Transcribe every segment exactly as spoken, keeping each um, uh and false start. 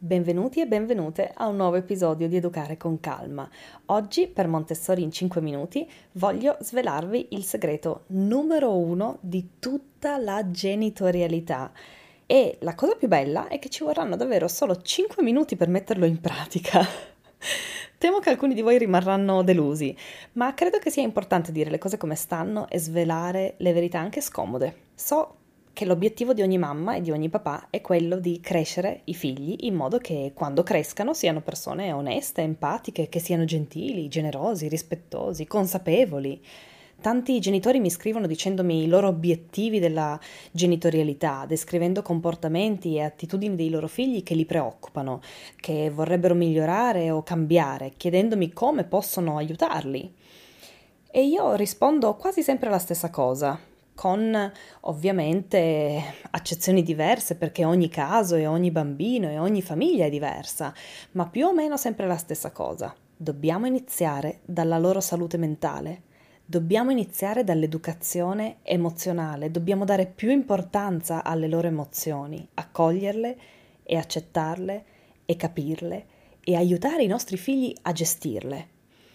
Benvenuti e benvenute a un nuovo episodio di Educare con Calma. Oggi, per Montessori in cinque minuti, voglio svelarvi il segreto numero uno di tutta la genitorialità. E la cosa più bella è che ci vorranno davvero solo cinque minuti per metterlo in pratica. Temo che alcuni di voi rimarranno delusi, ma credo che sia importante dire le cose come stanno e svelare le verità anche scomode. So che l'obiettivo di ogni mamma e di ogni papà è quello di crescere i figli in modo che quando crescano siano persone oneste, empatiche, che siano gentili, generosi, rispettosi, consapevoli. Tanti genitori mi scrivono dicendomi i loro obiettivi della genitorialità, descrivendo comportamenti e attitudini dei loro figli che li preoccupano, che vorrebbero migliorare o cambiare, chiedendomi come possono aiutarli. E io rispondo quasi sempre la stessa cosa, con ovviamente accezioni diverse perché ogni caso e ogni bambino e ogni famiglia è diversa, ma più o meno sempre la stessa cosa. Dobbiamo iniziare dalla loro salute mentale, dobbiamo iniziare dall'educazione emozionale, dobbiamo dare più importanza alle loro emozioni, accoglierle e accettarle e capirle e aiutare i nostri figli a gestirle.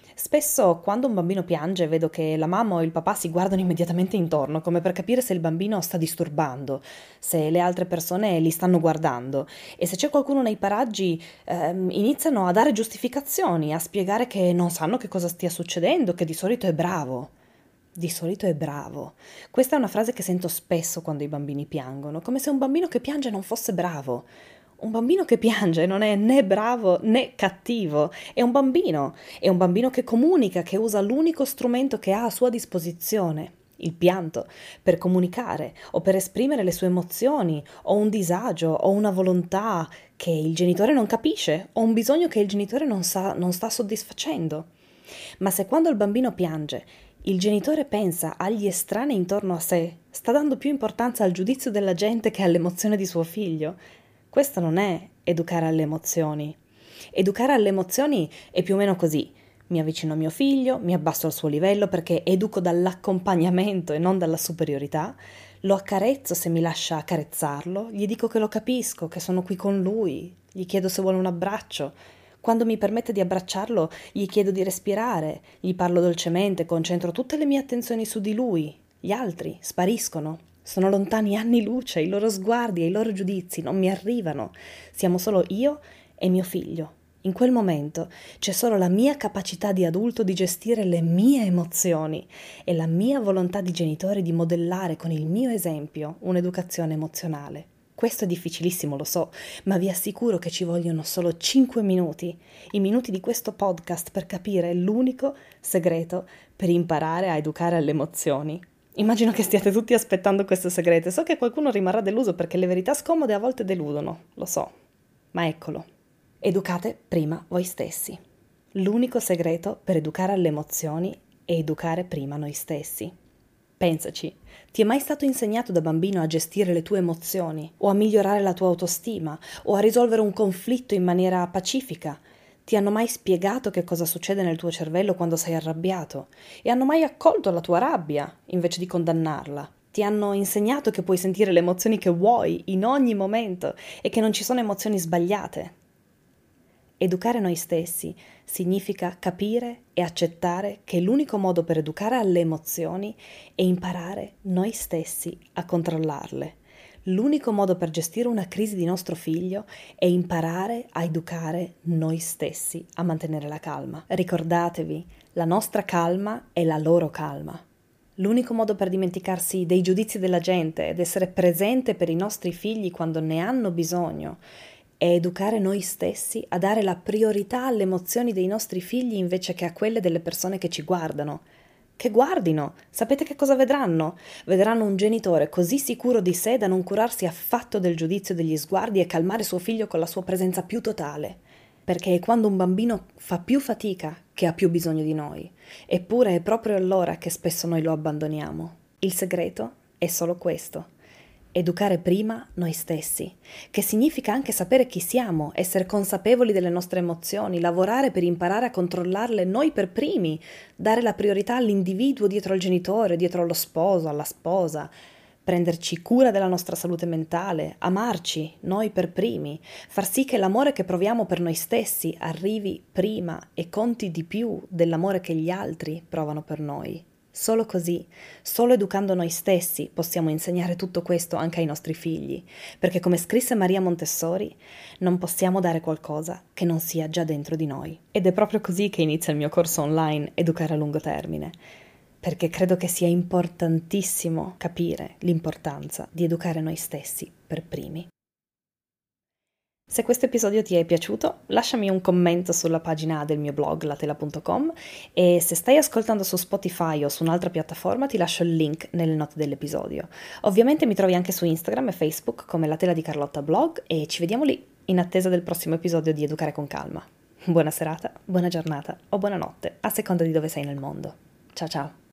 Spesso quando un bambino piange vedo che la mamma o il papà si guardano immediatamente intorno come per capire se il bambino sta disturbando, se le altre persone li stanno guardando e se c'è qualcuno nei paraggi ehm, iniziano a dare giustificazioni, a spiegare che non sanno che cosa stia succedendo, che di solito è bravo. Di solito è bravo. Questa è una frase che sento spesso quando i bambini piangono, come se un bambino che piange non fosse bravo. Un bambino che piange non è né bravo né cattivo, è un bambino, è un bambino che comunica, che usa l'unico strumento che ha a sua disposizione, il pianto, per comunicare o per esprimere le sue emozioni o un disagio o una volontà che il genitore non capisce o un bisogno che il genitore non sa, non sta soddisfacendo. Ma se quando il bambino piange il genitore pensa agli estranei intorno a sé, sta dando più importanza al giudizio della gente che all'emozione di suo figlio. Questo non è educare alle emozioni. Educare alle emozioni è più o meno così. Mi avvicino a mio figlio, mi abbasso al suo livello perché educo dall'accompagnamento e non dalla superiorità, lo accarezzo se mi lascia accarezzarlo, gli dico che lo capisco, che sono qui con lui, gli chiedo se vuole un abbraccio. Quando mi permette di abbracciarlo, gli chiedo di respirare, gli parlo dolcemente, concentro tutte le mie attenzioni su di lui. Gli altri spariscono. Sono lontani anni luce, i loro sguardi e i loro giudizi non mi arrivano. Siamo solo io e mio figlio. In quel momento c'è solo la mia capacità di adulto di gestire le mie emozioni e la mia volontà di genitore di modellare con il mio esempio un'educazione emozionale. Questo è difficilissimo, lo so, ma vi assicuro che ci vogliono solo cinque minuti, i minuti di questo podcast per capire l'unico segreto per imparare a educare alle emozioni. Immagino che stiate tutti aspettando questo segreto e so che qualcuno rimarrà deluso perché le verità scomode a volte deludono, lo so, ma eccolo. Educate prima voi stessi. L'unico segreto per educare alle emozioni è educare prima noi stessi. Pensaci, ti è mai stato insegnato da bambino a gestire le tue emozioni, o a migliorare la tua autostima, o a risolvere un conflitto in maniera pacifica? Ti hanno mai spiegato che cosa succede nel tuo cervello quando sei arrabbiato? E hanno mai accolto la tua rabbia invece di condannarla? Ti hanno insegnato che puoi sentire le emozioni che vuoi in ogni momento e che non ci sono emozioni sbagliate? Educare noi stessi significa capire e accettare che l'unico modo per educare alle emozioni è imparare noi stessi a controllarle. L'unico modo per gestire una crisi di nostro figlio è imparare a educare noi stessi a mantenere la calma. Ricordatevi, la nostra calma è la loro calma. L'unico modo per dimenticarsi dei giudizi della gente ed essere presente per i nostri figli quando ne hanno bisogno è educare noi stessi a dare la priorità alle emozioni dei nostri figli invece che a quelle delle persone che ci guardano. Che guardino, sapete che cosa vedranno? Vedranno un genitore così sicuro di sé da non curarsi affatto del giudizio degli sguardi e calmare suo figlio con la sua presenza più totale. Perché è quando un bambino fa più fatica che ha più bisogno di noi. Eppure è proprio allora che spesso noi lo abbandoniamo. Il segreto è solo questo. Educare prima noi stessi, che significa anche sapere chi siamo, essere consapevoli delle nostre emozioni, lavorare per imparare a controllarle noi per primi, dare la priorità all'individuo dietro al genitore, dietro allo sposo, alla sposa, prenderci cura della nostra salute mentale, amarci noi per primi, far sì che l'amore che proviamo per noi stessi arrivi prima e conti di più dell'amore che gli altri provano per noi. Solo così, solo educando noi stessi possiamo insegnare tutto questo anche ai nostri figli, perché come scrisse Maria Montessori, non possiamo dare qualcosa che non sia già dentro di noi. Ed è proprio così che inizia il mio corso online Educare a lungo termine, perché credo che sia importantissimo capire l'importanza di educare noi stessi per primi. Se questo episodio ti è piaciuto, lasciami un commento sulla pagina del mio blog latela punto com e se stai ascoltando su Spotify o su un'altra piattaforma ti lascio il link nelle note dell'episodio. Ovviamente mi trovi anche su Instagram e Facebook come La Tela di Carlotta Blog e ci vediamo lì, in attesa del prossimo episodio di Educare con Calma. Buona serata, buona giornata o buonanotte, a seconda di dove sei nel mondo. Ciao ciao!